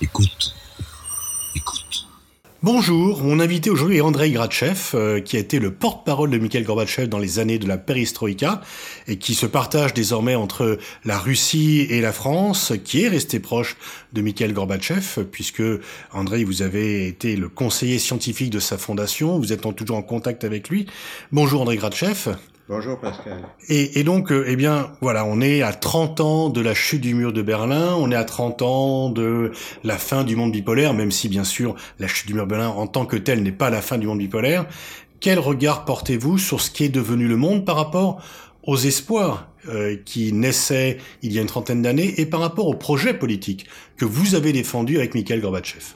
Écoute, écoute. Bonjour, mon invité aujourd'hui est Andrei Gratchev, qui a été le porte-parole de Mikhail Gorbatchev dans les années de la perestroïka et qui se partage désormais entre la Russie et la France, qui est resté proche de Mikhail Gorbatchev, puisque Andrei, vous avez été le conseiller scientifique de sa fondation, vous êtes toujours en contact avec lui. Bonjour Andrei Gratchev. Bonjour Pascal. Et donc, eh bien, voilà, on est à 30 ans de la chute du mur de Berlin, on est à 30 ans de la fin du monde bipolaire, même si, bien sûr, la chute du mur de Berlin en tant que telle n'est pas la fin du monde bipolaire. Quel regard portez-vous sur ce qui est devenu le monde par rapport aux espoirs qui naissaient il y a une trentaine d'années et par rapport aux projets politiques que vous avez défendus avec Mikhail Gorbatchev?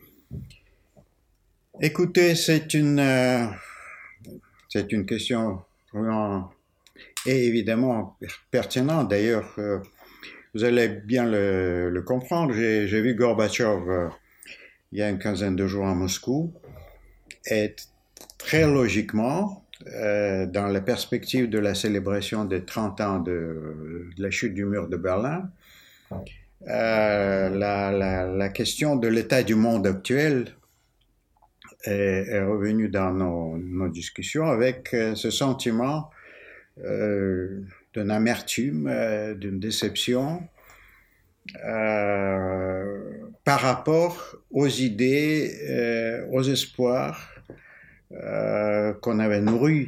Écoutez, c'est une question vraiment et évidemment pertinente. D'ailleurs, vous allez bien le comprendre. J'ai vu Gorbatchev il y a une quinzaine de jours à Moscou et très logiquement, dans la perspective de la célébration des 30 ans de la chute du mur de Berlin, la question de l'état du monde actuel est revenu dans nos discussions avec ce sentiment d'une amertume, d'une déception par rapport aux idées, aux espoirs qu'on avait nourris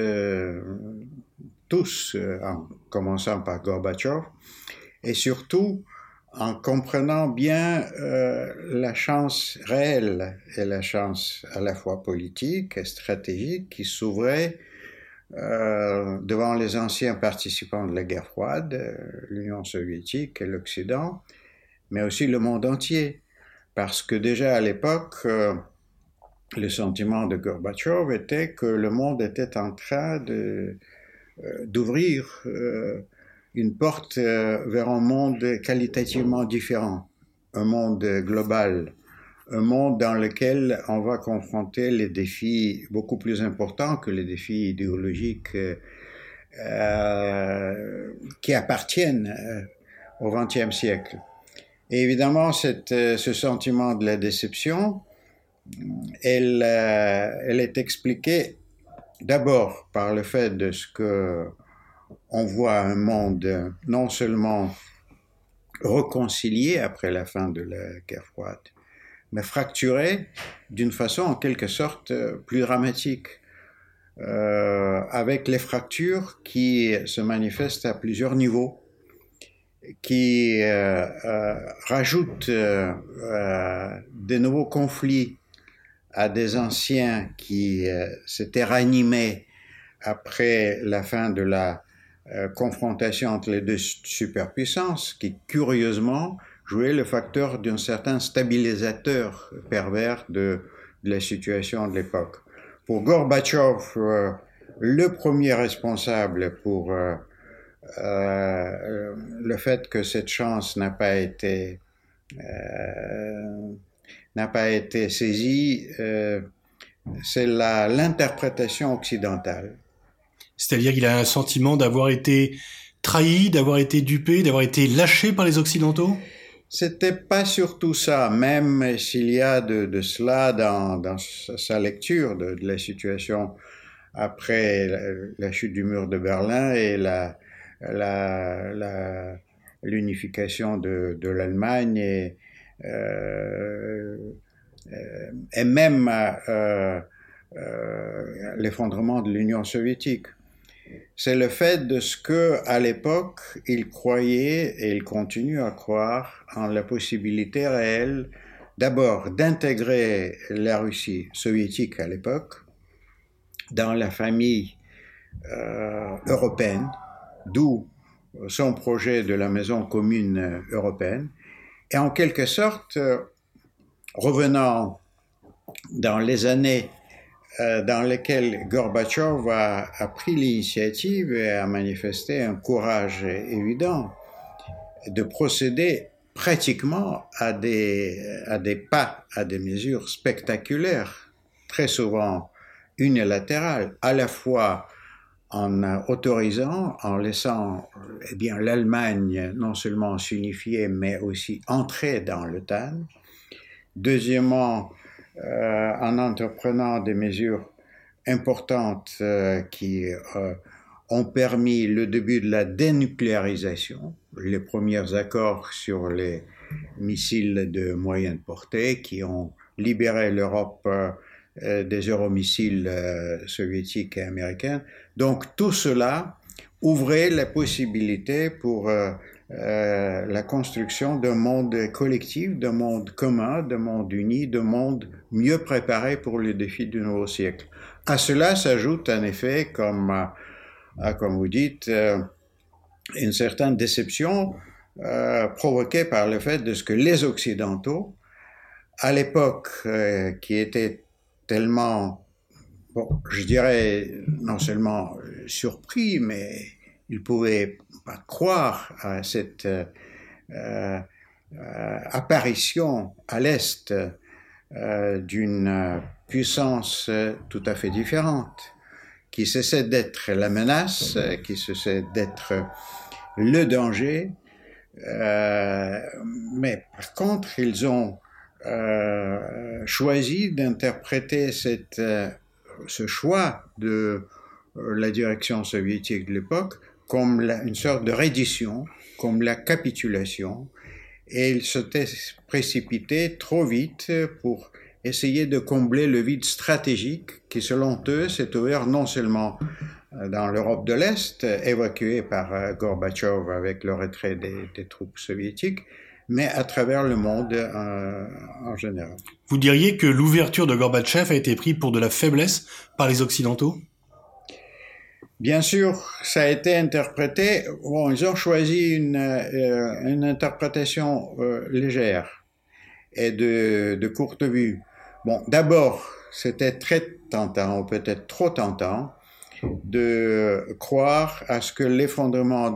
tous, en commençant par Gorbatchev, et surtout en comprenant bien la chance réelle et la chance à la fois politique et stratégique qui s'ouvrait devant les anciens participants de la guerre froide, l'Union soviétique et l'Occident, mais aussi le monde entier. Parce que déjà à l'époque, le sentiment de Gorbatchev était que le monde était en train d'ouvrir une porte vers un monde qualitativement différent, un monde global, un monde dans lequel on va confronter les défis beaucoup plus importants que les défis idéologiques qui appartiennent au XXe siècle. Et évidemment, ce sentiment de la déception, elle est expliquée d'abord par le fait de ce que on voit un monde non seulement réconcilié après la fin de la guerre froide, mais fracturé d'une façon en quelque sorte plus dramatique, avec les fractures qui se manifestent à plusieurs niveaux, qui rajoutent de nouveaux conflits à des anciens qui s'étaient ranimés après la fin de la confrontation entre les deux superpuissances, qui curieusement jouait le facteur d'un certain stabilisateur pervers de la situation de l'époque. Pour Gorbatchev, le premier responsable pour le fait que cette chance n'a pas été saisie, c'est l'interprétation occidentale. C'est-à-dire qu'il a un sentiment d'avoir été trahi, d'avoir été dupé, d'avoir été lâché par les Occidentaux? C'était pas surtout ça, même s'il y a de cela dans sa lecture de la situation après la chute du mur de Berlin et l'unification de l'Allemagne et même l'effondrement de l'Union soviétique. C'est le fait de ce que, à l'époque, il croyait et il continue à croire en la possibilité réelle, d'abord d'intégrer la Russie soviétique à l'époque dans la famille européenne, d'où son projet de la maison commune européenne, et en quelque sorte, revenant dans les années dans lesquels Gorbatchev a pris l'initiative et a manifesté un courage évident de procéder pratiquement à des mesures spectaculaires, très souvent unilatérales, à la fois en autorisant, en laissant eh bien, l'Allemagne non seulement s'unifier, mais aussi entrer dans l'OTAN. Deuxièmement, en entreprenant des mesures importantes qui ont permis le début de la dénucléarisation, les premiers accords sur les missiles de moyenne portée qui ont libéré l'Europe des euromissiles soviétiques et américains. Donc tout cela ouvrait la possibilité pour la construction d'un monde collectif, d'un monde commun, d'un monde uni, d'un monde mieux préparé pour les défis du nouveau siècle. À cela s'ajoute en effet, comme vous dites, une certaine déception provoquée par le fait de ce que les Occidentaux, à l'époque qui était tellement, bon, je dirais, non seulement surpris, mais ils pouvaient pas croire à cette apparition à l'Est d'une puissance tout à fait différente, qui cessait d'être la menace, qui cessait d'être le danger, mais par contre, ils ont choisi d'interpréter ce choix de la direction soviétique de l'époque comme une sorte de reddition, comme la capitulation, et ils s'étaient précipités trop vite pour essayer de combler le vide stratégique qui, selon eux, s'est ouvert non seulement dans l'Europe de l'Est, évacuée par Gorbatchev avec le retrait des troupes soviétiques, mais à travers le monde en général. Vous diriez que l'ouverture de Gorbatchev a été prise pour de la faiblesse par les Occidentaux ? Bien sûr, ça a été interprété. Bon, ils ont choisi une interprétation légère et de courte vue. Bon, d'abord, c'était très tentant, ou peut-être trop tentant, de croire à ce que l'effondrement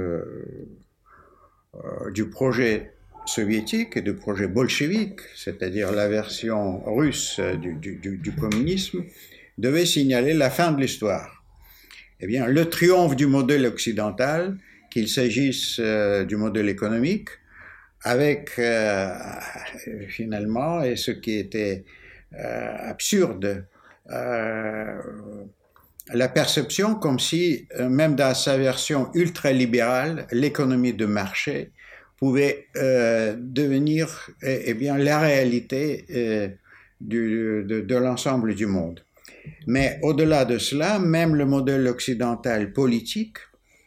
du projet soviétique et du projet bolchevique, c'est-à-dire la version russe du communisme, devait signaler la fin de l'histoire. Eh bien, le triomphe du modèle occidental, qu'il s'agisse du modèle économique, avec finalement, et ce qui était absurde, la perception comme si, même dans sa version ultralibérale, l'économie de marché pouvait devenir bien, la réalité de l'ensemble du monde. Mais au-delà de cela, même le modèle occidental politique,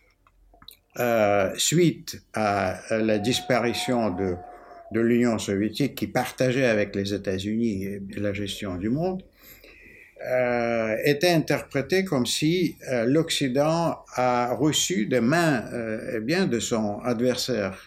suite à la disparition de l'Union soviétique qui partageait avec les États-Unis la gestion du monde, était interprété comme si l'Occident a reçu des mains bien de son adversaire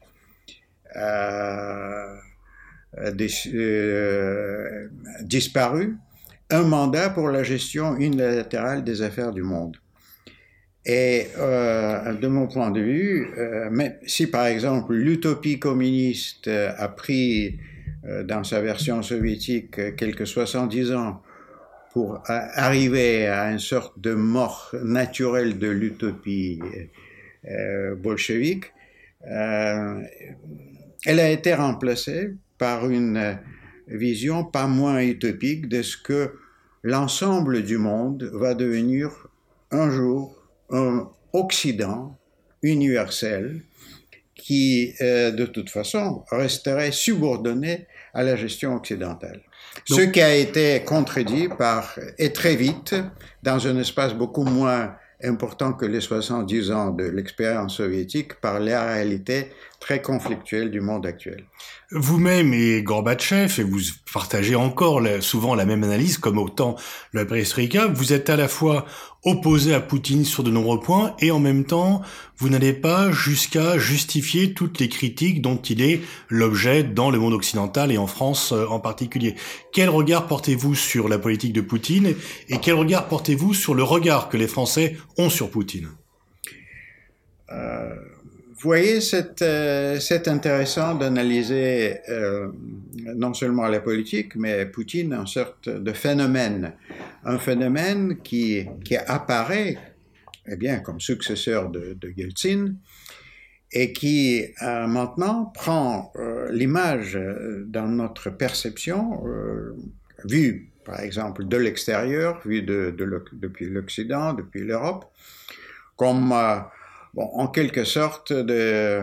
disparu un mandat pour la gestion unilatérale des affaires du monde. Et de mon point de vue, mais si par exemple l'utopie communiste a pris dans sa version soviétique quelques 70 ans pour arriver à une sorte de mort naturelle de l'utopie bolchevique, elle a été remplacée par une vision pas moins utopique de ce que l'ensemble du monde va devenir un jour un Occident universel qui, de toute façon, resterait subordonné à la gestion occidentale. Donc, ce qui a été contredit et très vite, dans un espace beaucoup moins important que les 70 ans de l'expérience soviétique, par la réalité très conflictuelle du monde actuel. Vous-même et Gorbatchev, et vous partagez encore souvent la même analyse, comme au temps de la perestroïka, vous êtes à la fois opposé à Poutine sur de nombreux points, et en même temps, vous n'allez pas jusqu'à justifier toutes les critiques dont il est l'objet dans le monde occidental et en France en particulier. Quel regard portez-vous sur la politique de Poutine, et quel regard portez-vous sur le regard que les Français ont sur Poutine ? Vous voyez, c'est intéressant d'analyser non seulement la politique, mais Poutine, une sorte de phénomène. Un phénomène qui apparaît comme successeur de Yeltsin, et qui maintenant prend l'image dans notre perception, vue par exemple de l'extérieur, vue depuis l'Occident, depuis l'Europe, comme en quelque sorte de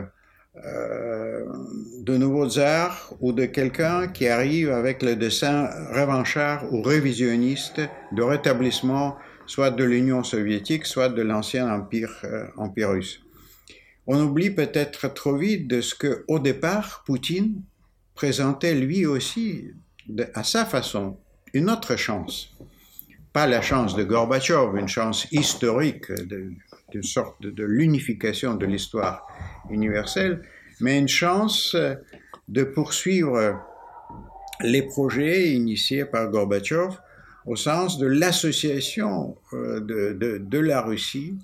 nouveaux tsars ou de quelqu'un qui arrive avec le dessein revanchard ou révisionniste de rétablissement soit de l'Union soviétique, soit de l'ancien empire russe. On oublie peut-être trop vite de ce que, au départ, Poutine présentait lui aussi, à sa façon, une autre chance. Pas la chance de Gorbatchev, une chance historique, d'une sorte de l'unification de l'histoire universelle, mais une chance de poursuivre les projets initiés par Gorbatchev au sens de l'association de la Russie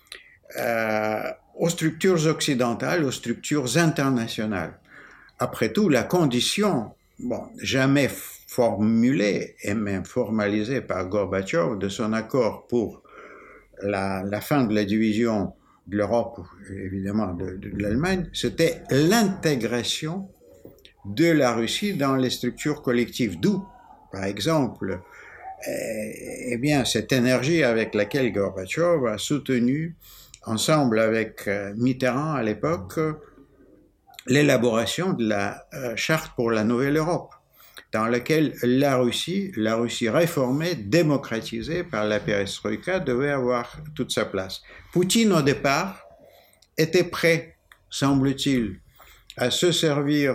aux structures occidentales, aux structures internationales. Après tout, la condition, jamais formulée et même formalisée par Gorbatchev de son accord pour la fin de la division de l'Europe, évidemment de l'Allemagne, c'était l'intégration de la Russie dans les structures collectives. D'où, par exemple, cette énergie avec laquelle Gorbatchev a soutenu, ensemble avec Mitterrand à l'époque, l'élaboration de la charte pour la nouvelle Europe, dans laquelle la Russie réformée, démocratisée par la perestroïka, devait avoir toute sa place. Poutine, au départ, était prêt, semble-t-il, à se servir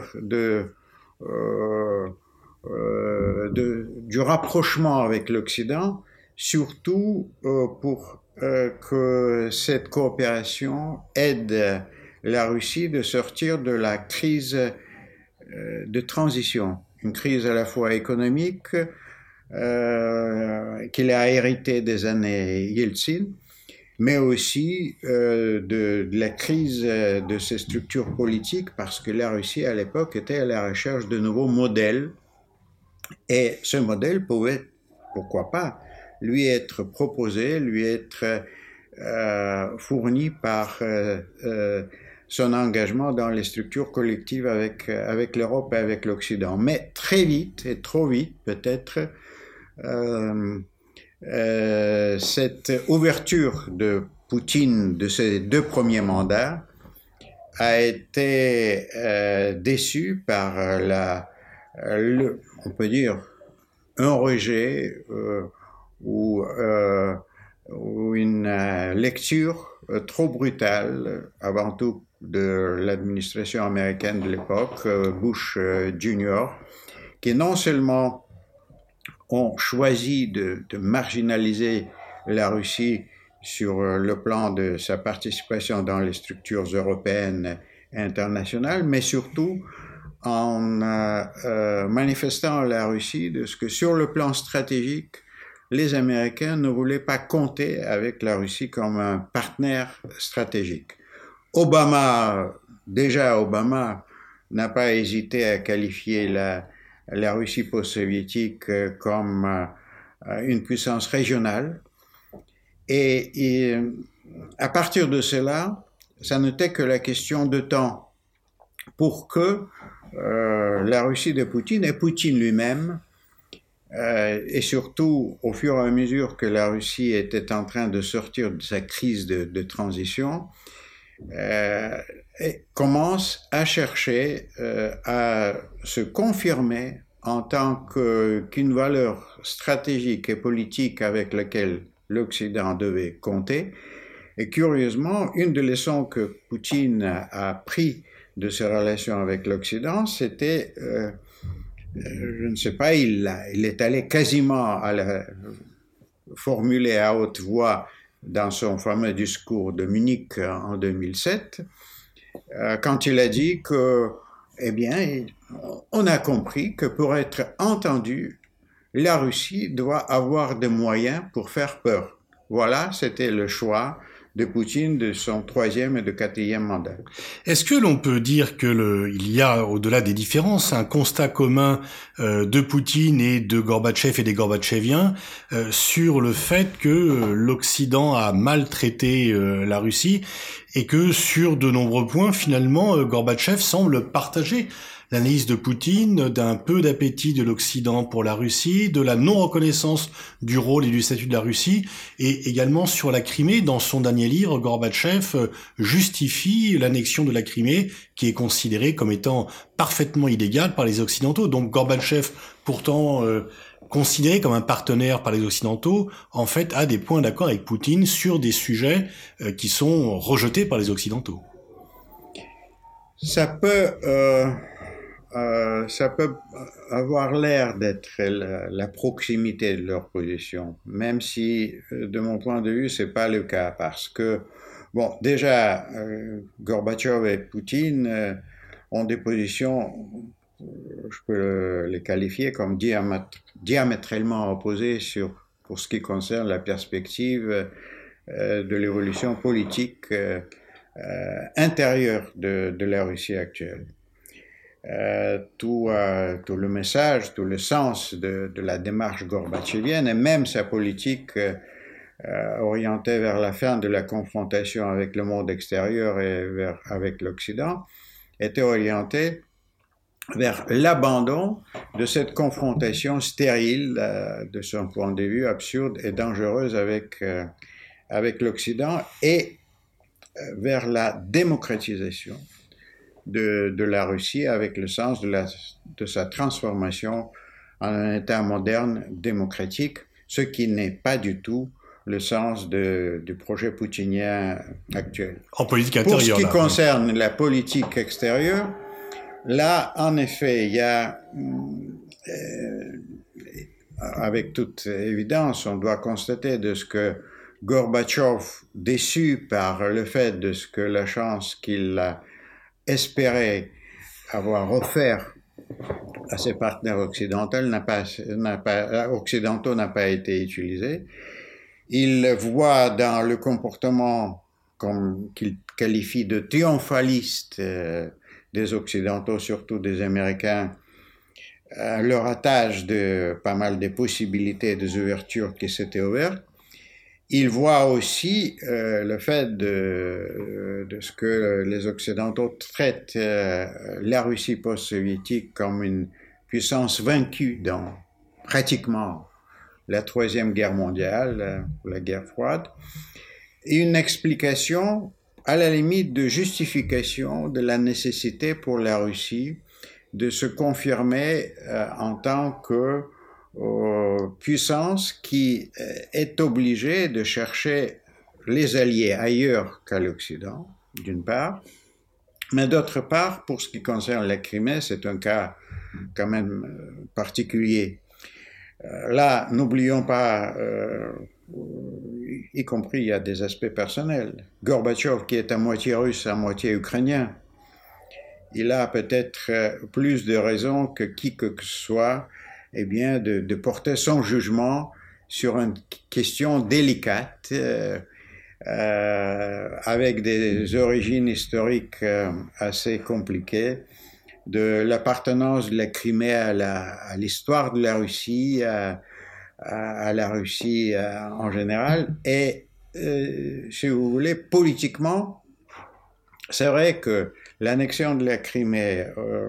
du rapprochement avec l'Occident, surtout pour que cette coopération aide la Russie de sortir de la crise de transition, une crise à la fois économique qu'il a héritée des années Yeltsin, mais aussi de la crise de ses structures politiques, parce que la Russie à l'époque était à la recherche de nouveaux modèles, et ce modèle pouvait, pourquoi pas, lui être proposé, lui être fourni par son engagement dans les structures collectives avec l'Europe et avec l'Occident. Mais très vite, et trop vite peut-être, cette ouverture de Poutine de ses 2 premiers mandats a été déçue par on peut dire, un rejet ou une lecture trop brutale, avant tout de l'administration américaine de l'époque, Bush Jr., qui non seulement ont choisi de marginaliser la Russie sur le plan de sa participation dans les structures européennes et internationales, mais surtout en manifestant à la Russie de ce que sur le plan stratégique, les Américains ne voulaient pas compter avec la Russie comme un partenaire stratégique. Obama n'a pas hésité à qualifier la Russie post-soviétique comme une puissance régionale. Et à partir de cela, ça n'était que la question de temps pour que la Russie de Poutine et Poutine lui-même, et surtout au fur et à mesure que la Russie était en train de sortir de sa crise de transition, commence à chercher à se confirmer en tant qu'une valeur stratégique et politique avec laquelle l'Occident devait compter. Et curieusement, une des leçons que Poutine a pris de ses relations avec l'Occident, c'était, je ne sais pas, il est allé quasiment à la formuler à haute voix dans son fameux discours de Munich en 2007, quand il a dit que, on a compris que pour être entendu, la Russie doit avoir des moyens pour faire peur. Voilà, c'était le choix de Poutine de son 3e et de 4e mandat. Est-ce que l'on peut dire que il y a, au-delà des différences, un constat commun de Poutine et de Gorbatchev et des Gorbatcheviens sur le fait que l'Occident a maltraité la Russie et que sur de nombreux points, finalement, Gorbatchev semble partager l'analyse de Poutine, d'un peu d'appétit de l'Occident pour la Russie, de la non-reconnaissance du rôle et du statut de la Russie, et également sur la Crimée. Dans son dernier livre, Gorbatchev justifie l'annexion de la Crimée, qui est considérée comme étant parfaitement illégale par les Occidentaux. Donc Gorbatchev, pourtant considéré comme un partenaire par les Occidentaux, en fait, a des points d'accord avec Poutine sur des sujets qui sont rejetés par les Occidentaux. Ça peut avoir l'air d'être la proximité de leur position, même si, de mon point de vue, c'est pas le cas, parce que, bon, déjà, Gorbatchev et Poutine ont des positions, je peux les qualifier comme diamétralement opposées pour ce qui concerne la perspective de l'évolution politique intérieure de la Russie actuelle. Tout le message, tout le sens de la démarche gorbatchevienne et même sa politique orientée vers la fin de la confrontation avec le monde extérieur et avec l'Occident était orientée vers l'abandon de cette confrontation stérile, de son point de vue absurde et dangereuse avec l'Occident, et vers la démocratisation de la Russie avec le sens de sa transformation en un État moderne démocratique, ce qui n'est pas du tout le sens du projet poutinien actuel. En politique intérieure. Pour ce qui concerne la politique extérieure, là, en effet, il y a, avec toute évidence, on doit constater de ce que Gorbatchev, déçu par le fait de ce que la chance qu'il a espéré avoir offert à ses partenaires occidentaux n'a pas été utilisé. Il voit dans le comportement qu'il qualifie de triomphaliste des Occidentaux, surtout des Américains, leur attache de pas mal de possibilités, des ouvertures qui s'étaient ouvertes. Il voit aussi le fait de ce que les Occidentaux traitent la Russie post-soviétique comme une puissance vaincue dans pratiquement la Troisième Guerre mondiale, la guerre froide, et une explication à la limite de justification de la nécessité pour la Russie de se confirmer en tant que puissance qui est obligée de chercher les alliés ailleurs qu'à l'Occident, d'une part, mais d'autre part, pour ce qui concerne la Crimée, c'est un cas quand même particulier. Là, n'oublions pas, y compris, il y a des aspects personnels. Gorbatchev, qui est à moitié russe, à moitié ukrainien, il a peut-être plus de raisons que qui que ce soit, eh bien, de porter son jugement sur une question délicate, avec des origines historiques assez compliquées, de l'appartenance de la Crimée à l'histoire de la Russie, à la Russie en général, et si vous voulez, politiquement, c'est vrai que l'annexion de la Crimée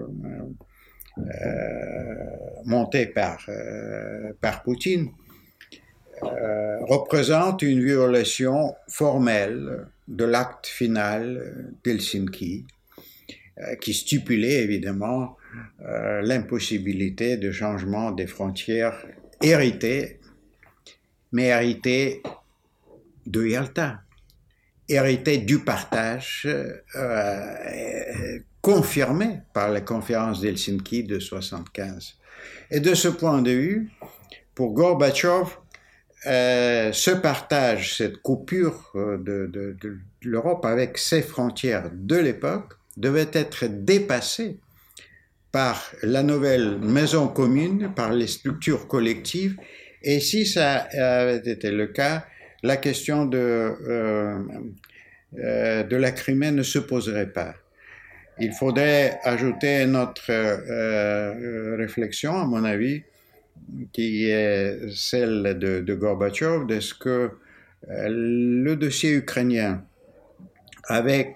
montée par Poutine représente une violation formelle de l'acte final d'Helsinki, qui stipulait évidemment l'impossibilité de changement des frontières héritées, mais héritées de Yalta, héritées du partage confirmé par la conférence d'Helsinki de 1975. Et de ce point de vue, pour Gorbatchev, ce partage, cette coupure de l'Europe avec ses frontières de l'époque, devait être dépassé par la nouvelle maison commune, par les structures collectives, et si ça avait été le cas, la question de la Crimée ne se poserait pas. Il faudrait ajouter notre réflexion, à mon avis, qui est celle de Gorbatchev, de ce que le dossier ukrainien, avec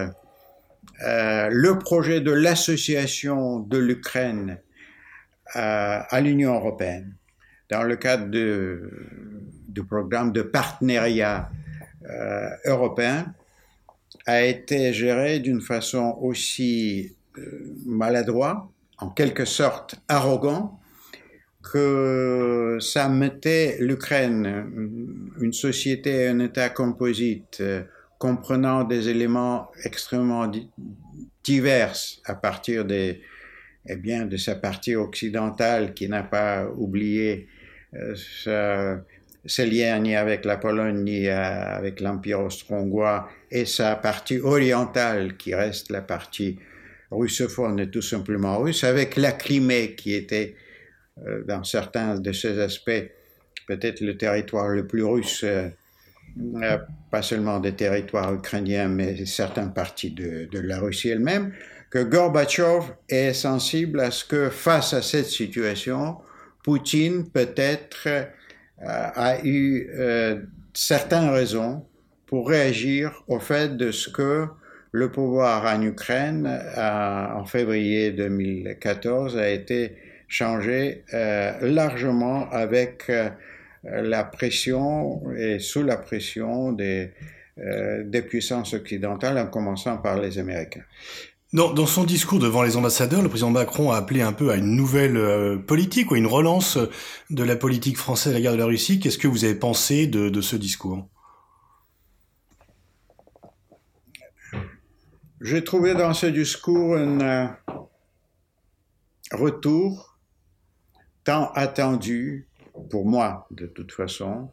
le projet de l'association de l'Ukraine à l'Union européenne, dans le cadre du programme de partenariat européen, a été géré d'une façon aussi maladroite, en quelque sorte arrogant, que ça mettait l'Ukraine, une société, un État composite, comprenant des éléments extrêmement divers à partir de sa partie occidentale qui n'a pas oublié ses liens ni avec la Pologne ni avec l'Empire austro-hongrois, et sa partie orientale qui reste la partie russophone et tout simplement russe, avec la Crimée qui était dans certains de ces aspects peut-être le territoire le plus russe, pas seulement des territoires ukrainiens, mais certaines parties de la Russie elle-même, que Gorbatchev est sensible à ce que, face à cette situation, Poutine peut-être a eu certaines raisons pour réagir au fait de ce que le pouvoir en Ukraine, en février 2014, a été changé largement avec la pression et sous la pression des puissances occidentales, en commençant par les Américains. Dans son discours devant les ambassadeurs, le président Macron a appelé un peu à une nouvelle politique, ou une relance de la politique française à la guerre de la Russie. Qu'est-ce que vous avez pensé de ce discours ? J'ai trouvé dans ce discours un retour tant attendu, pour moi de toute façon,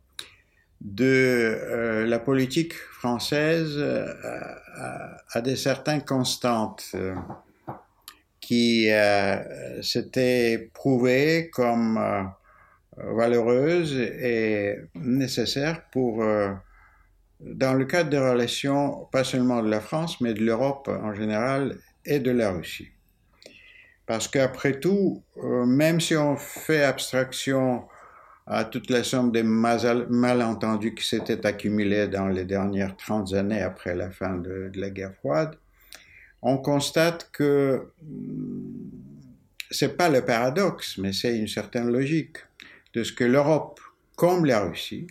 de la politique française à des certaines constantes qui s'étaient prouvées comme valeureuses et nécessaires pour, dans le cadre des relations, pas seulement de la France, mais de l'Europe en général et de la Russie. Parce qu'après tout, même si on fait abstraction à toute la somme des malentendus qui s'étaient accumulés dans les dernières 30 années après la fin de la guerre froide, on constate que c'est pas le paradoxe, mais c'est une certaine logique de ce que l'Europe, comme la Russie,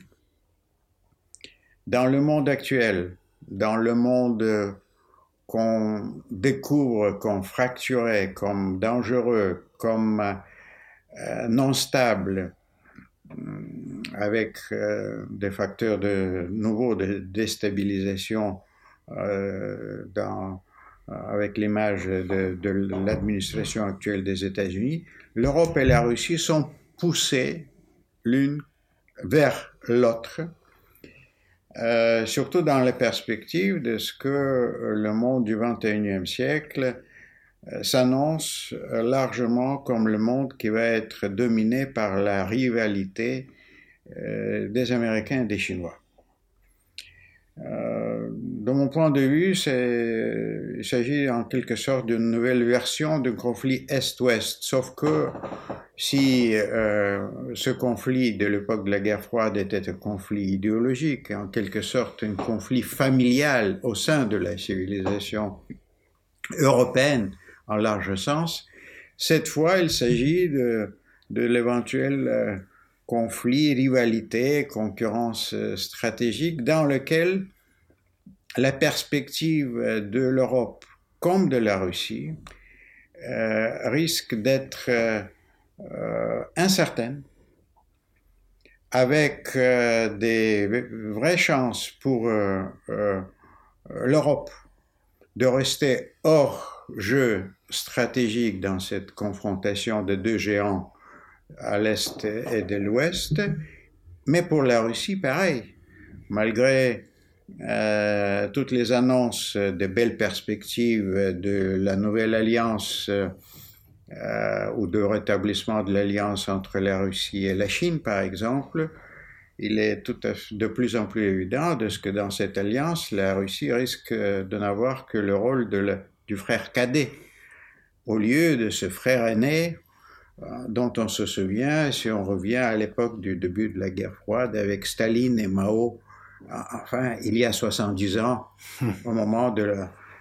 dans le monde actuel, dans le monde qu'on découvre comme fracturé, comme dangereux, comme non stable, avec des facteurs nouveaux de déstabilisation avec l'image de l'administration actuelle des États-Unis, l'Europe et la Russie sont poussées l'une vers l'autre, surtout dans la perspective de ce que le monde du XXIe siècle s'annonce largement comme le monde qui va être dominé par la rivalité des Américains et des Chinois. De mon point de vue, il s'agit en quelque sorte d'une nouvelle version du conflit Est-Ouest, sauf que si ce conflit de l'époque de la guerre froide était un conflit idéologique, en quelque sorte un conflit familial au sein de la civilisation européenne en large sens, cette fois il s'agit de l'éventuel conflit, rivalité, concurrence stratégique dans lequel la perspective de l'Europe comme de la Russie risque d'être incertaine, avec des vraies chances pour l'Europe de rester hors jeu stratégique dans cette confrontation de deux géants à l'Est et de l'Ouest, mais pour la Russie, pareil. Malgré toutes les annonces de belles perspectives de la nouvelle alliance ou de rétablissement de l'alliance entre la Russie et la Chine, par exemple, il est de plus en plus évident que dans cette alliance, la Russie risque de n'avoir que le rôle du frère cadet, au lieu de ce frère aîné dont on se souvient si on revient à l'époque du début de la guerre froide avec Staline et Mao, enfin, il y a 70 ans, au moment de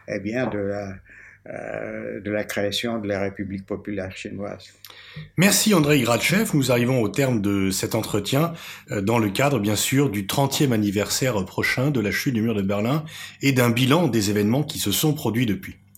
la création de la République populaire chinoise. Merci Andrei Gratchev. Nous arrivons au terme de cet entretien dans le cadre, bien sûr, du 30e anniversaire prochain de la chute du mur de Berlin et d'un bilan des événements qui se sont produits depuis.